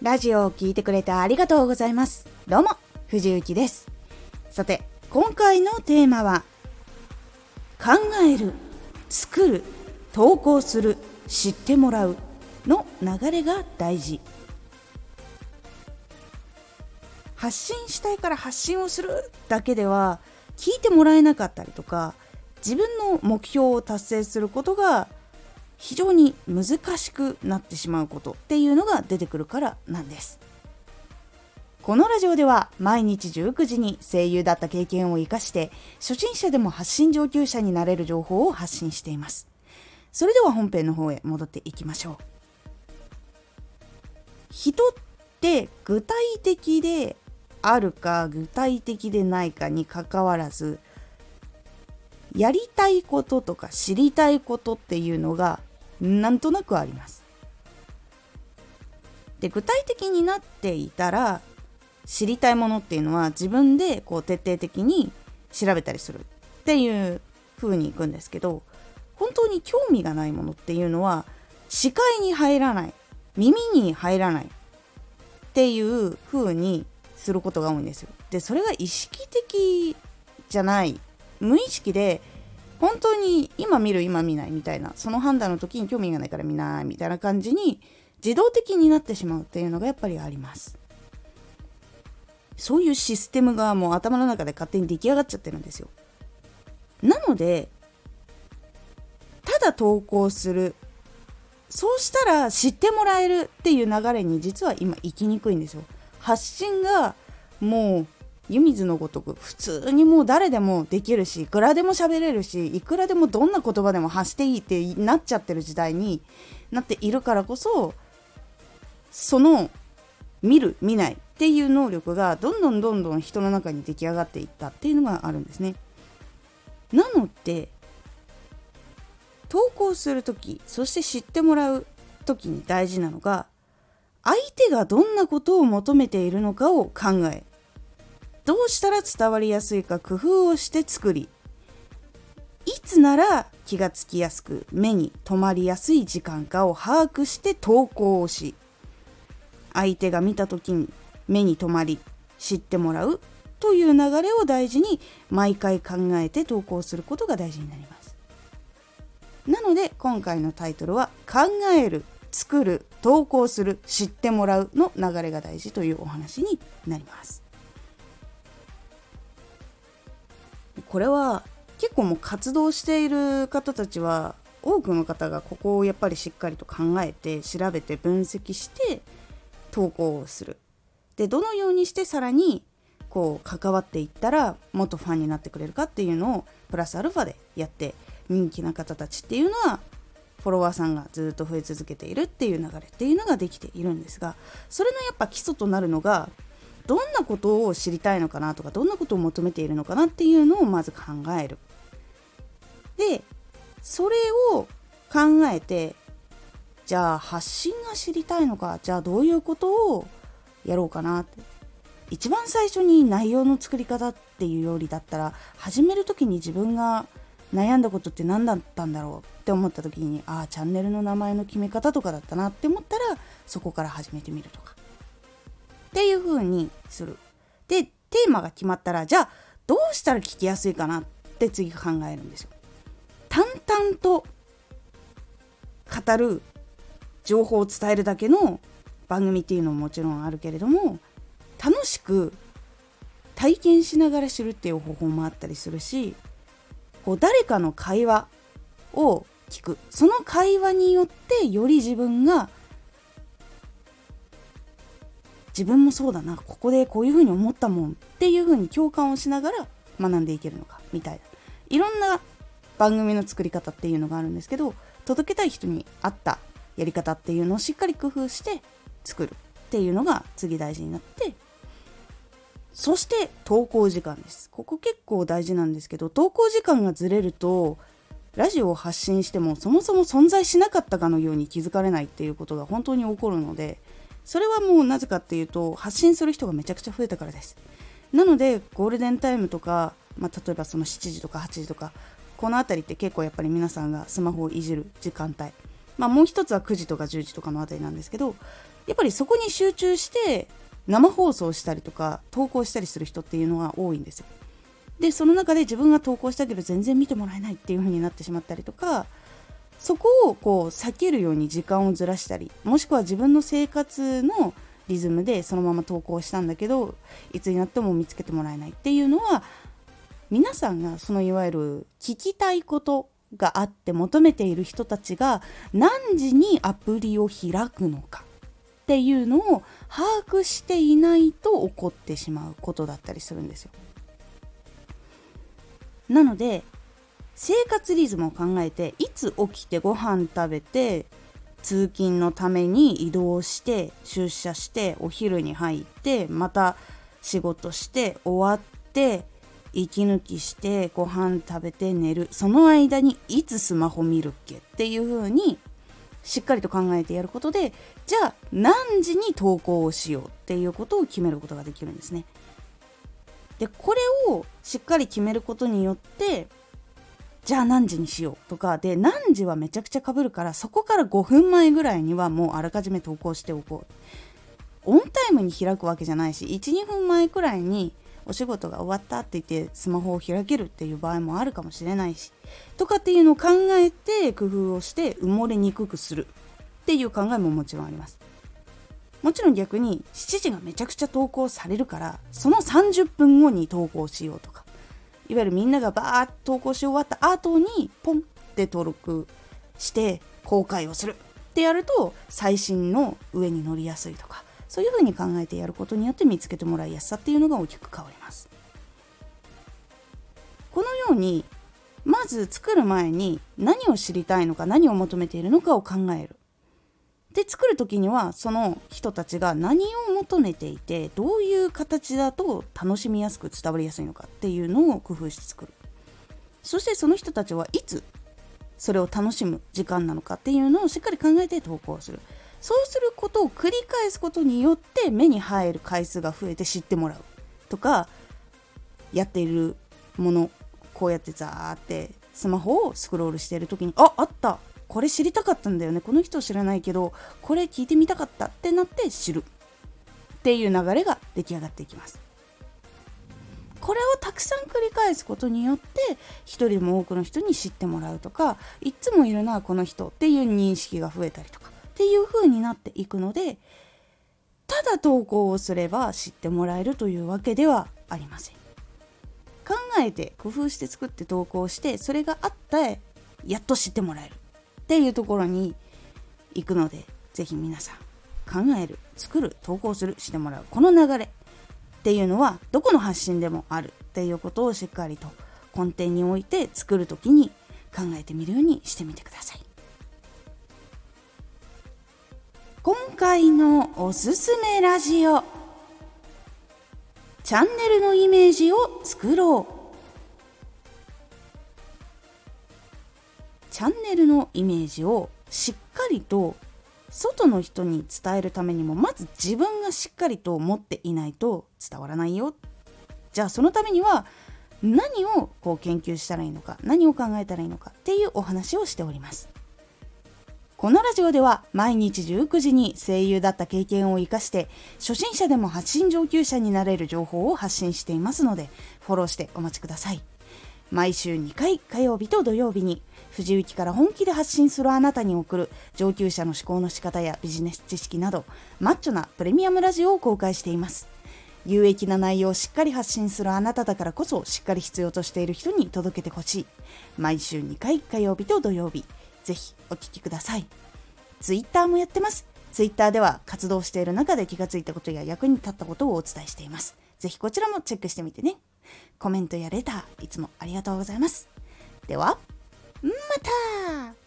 ラジオを聞いてくれてありがとうございます。どうも藤幸です。さて今回のテーマは考える、作る、投稿する、知ってもらうの流れが大事。発信したいから発信をするだけでは聞いてもらえなかったりとか、自分の目標を達成することが非常に難しくなってしまうことっていうのが出てくるからなんです。このラジオでは毎日19時に声優だった経験を生かして初心者でも発信上級者になれる情報を発信しています。それでは本編の方へ戻っていきましょう。人って具体的であるか具体的でないかにかかわらず、やりたいこととか知りたいことっていうのがなんとなくあります。で、具体的になっていたら知りたいものっていうのは自分で徹底的に調べたりするっていう風にいくんですけど、本当に興味がないものっていうのは視界に入らない、耳に入らないっていう風にすることが多いんですよ。で、それが意識的じゃない、無意識で本当に今見る今見ないみたいな、その判断の時に興味がないから見ないみたいな感じに自動的になってしまうっていうのがやっぱりあります。そういうシステムがもう頭の中で勝手に出来上がっちゃってるんですよ。なのでただ投稿する、そうしたら知ってもらえるっていう流れに実は今行きにくいんですよ。発信がもう湯水のごとく普通にもう誰でもできるし、いくらでも喋れるし、いくらでもどんな言葉でも発していいってなっちゃってる時代になっているからこそ、その見る見ないっていう能力がどんどん人の中に出来上がっていったっていうのがあるんですね。なので投稿するとき、そして知ってもらうときに大事なのが、相手がどんなことを求めているのかを考え、どうしたら伝わりやすいか工夫をして作り、いつなら気がつきやすく目に留まりやすい時間かを把握して投稿をし、相手が見たときに目に留まり知ってもらうという流れを大事に毎回考えて投稿することが大事になります。なので今回のタイトルは考える、作る、投稿する、知ってもらうの流れが大事というお話になります。これは結構もう活動している方たちは多くの方がここをやっぱりしっかりと考えて調べて分析して投稿をする。で、どのようにしてさらに関わっていったらもっとファンになってくれるかっていうのをプラスアルファでやって人気な方たちっていうのはフォロワーさんがずっと増え続けているっていう流れっていうのができているんですが、それのやっぱ基礎となるのがどんなことを知りたいのかなとか、どんなことを求めているのかなっていうのをまず考える。で、それを考えて、じゃあ発信が知りたいのか、じゃあどういうことをやろうかなって、一番最初に内容の作り方っていうよりだったら、始める時に自分が悩んだことって何だったんだろうって思った時に、チャンネルの名前の決め方とかだったなって思ったら、そこから始めてみるとかっていう風にする。で、テーマが決まったら、じゃあどうしたら聞きやすいかなって次考えるんですよ。淡々と語る、情報を伝えるだけの番組っていうのももちろんあるけれども、楽しく体験しながら知るっていう方法もあったりするし、誰かの会話を聞く、その会話によってより自分もそうだな、ここでこういうふうに思ったもんっていうふうに共感をしながら学んでいけるのかみたいな、いろんな番組の作り方っていうのがあるんですけど、届けたい人に合ったやり方っていうのをしっかり工夫して作るっていうのが次大事になって、そして投稿時間です。ここ結構大事なんですけど、投稿時間がずれるとラジオを発信してもそもそも存在しなかったかのように気づかれないっていうことが本当に起こるので、それはもうなぜかっていうと、発信する人がめちゃくちゃ増えたからです。なのでゴールデンタイムとか、例えばその7時とか8時とか、このあたりって結構やっぱり皆さんがスマホをいじる時間帯、もう一つは9時とか10時とかのあたりなんですけど、 やっぱりそこに集中して生放送したりとか投稿したりする人っていうのが多いんですよ。でその中で自分が投稿したけど全然見てもらえないっていう風になってしまったりとか、そこをこう避けるように時間をずらしたり、もしくは自分の生活のリズムでそのまま投稿したんだけどいつになっても見つけてもらえないっていうのは、皆さんがそのいわゆる聞きたいことがあって求めている人たちが何時にアプリを開くのかっていうのを把握していないと起こってしまうことだったりするんですよ。なので生活リズムを考えて、いつ起きてご飯食べて通勤のために移動して出社してお昼に入ってまた仕事して終わって息抜きしてご飯食べて寝る、その間にいつスマホ見るっけっていう風にしっかりと考えてやることで、じゃあ何時に投稿をしようっていうことを決めることができるんですね。でこれをしっかり決めることによって、じゃあ何時にしようとかで、何時はめちゃくちゃ被るからそこから5分前ぐらいにはもうあらかじめ投稿しておこう。オンタイムに開くわけじゃないし、 1,2 分前くらいにお仕事が終わったって言ってスマホを開けるっていう場合もあるかもしれないしとかっていうのを考えて工夫をして埋もれにくくするっていう考えももちろんあります。もちろん逆に7時がめちゃくちゃ投稿されるからその30分後に投稿しようとか、いわゆるみんながバーッと投稿し終わった後にポンって登録して公開をするってやると最新の上に乗りやすいとか、そういう風に考えてやることによって見つけてもらいやすさっていうのが大きく変わります。このようにまず作る前に何を知りたいのか何を求めているのかを考える。で作る時にはその人たちが何を求めていてどういう形だと楽しみやすく伝わりやすいのかっていうのを工夫して作る。そしてその人たちはいつそれを楽しむ時間なのかっていうのをしっかり考えて投稿する。そうすることを繰り返すことによって目に入る回数が増えて知ってもらうとか、やっているものこうやってザーってスマホをスクロールしている時にあったこれ知りたかったんだよね、この人知らないけどこれ聞いてみたかったってなって知るっていう流れが出来上がっていきます。これをたくさん繰り返すことによって一人でも多くの人に知ってもらうとか、いつもいるなこの人っていう認識が増えたりとかっていう風になっていくので、ただ投稿をすれば知ってもらえるというわけではありません。考えて工夫して作って投稿して、それがあってやっと知ってもらえるっていうところに行くので、ぜひ皆さん考える、作る、投稿する、してもらう、この流れっていうのはどこの発信でもあるっていうことをしっかりと根底に置いて作るときに考えてみるようにしてみてください。今回のおすすめラジオ、チャンネルのイメージを作ろう。チャンネルのイメージをしっかりと外の人に伝えるためにも、まず自分がしっかりと持っていないと伝わらないよ。じゃあそのためには何を研究したらいいのか、何を考えたらいいのかっていうお話をしております。このラジオでは毎日19時に声優だった経験を生かして初心者でも発信上級者になれる情報を発信していますので、フォローしてお待ちください。毎週2回、火曜日と土曜日に藤雪から本気で発信するあなたに送る上級者の思考の仕方やビジネス知識などマッチョなプレミアムラジオを公開しています。有益な内容をしっかり発信するあなただからこそ、しっかり必要としている人に届けてほしい。毎週2回、火曜日と土曜日、ぜひお聞きください。ツイッターもやってます。ツイッターでは活動している中で気がついたことや役に立ったことをお伝えしています。ぜひこちらもチェックしてみてね。コメントやレターいつもありがとうございます。ではまた。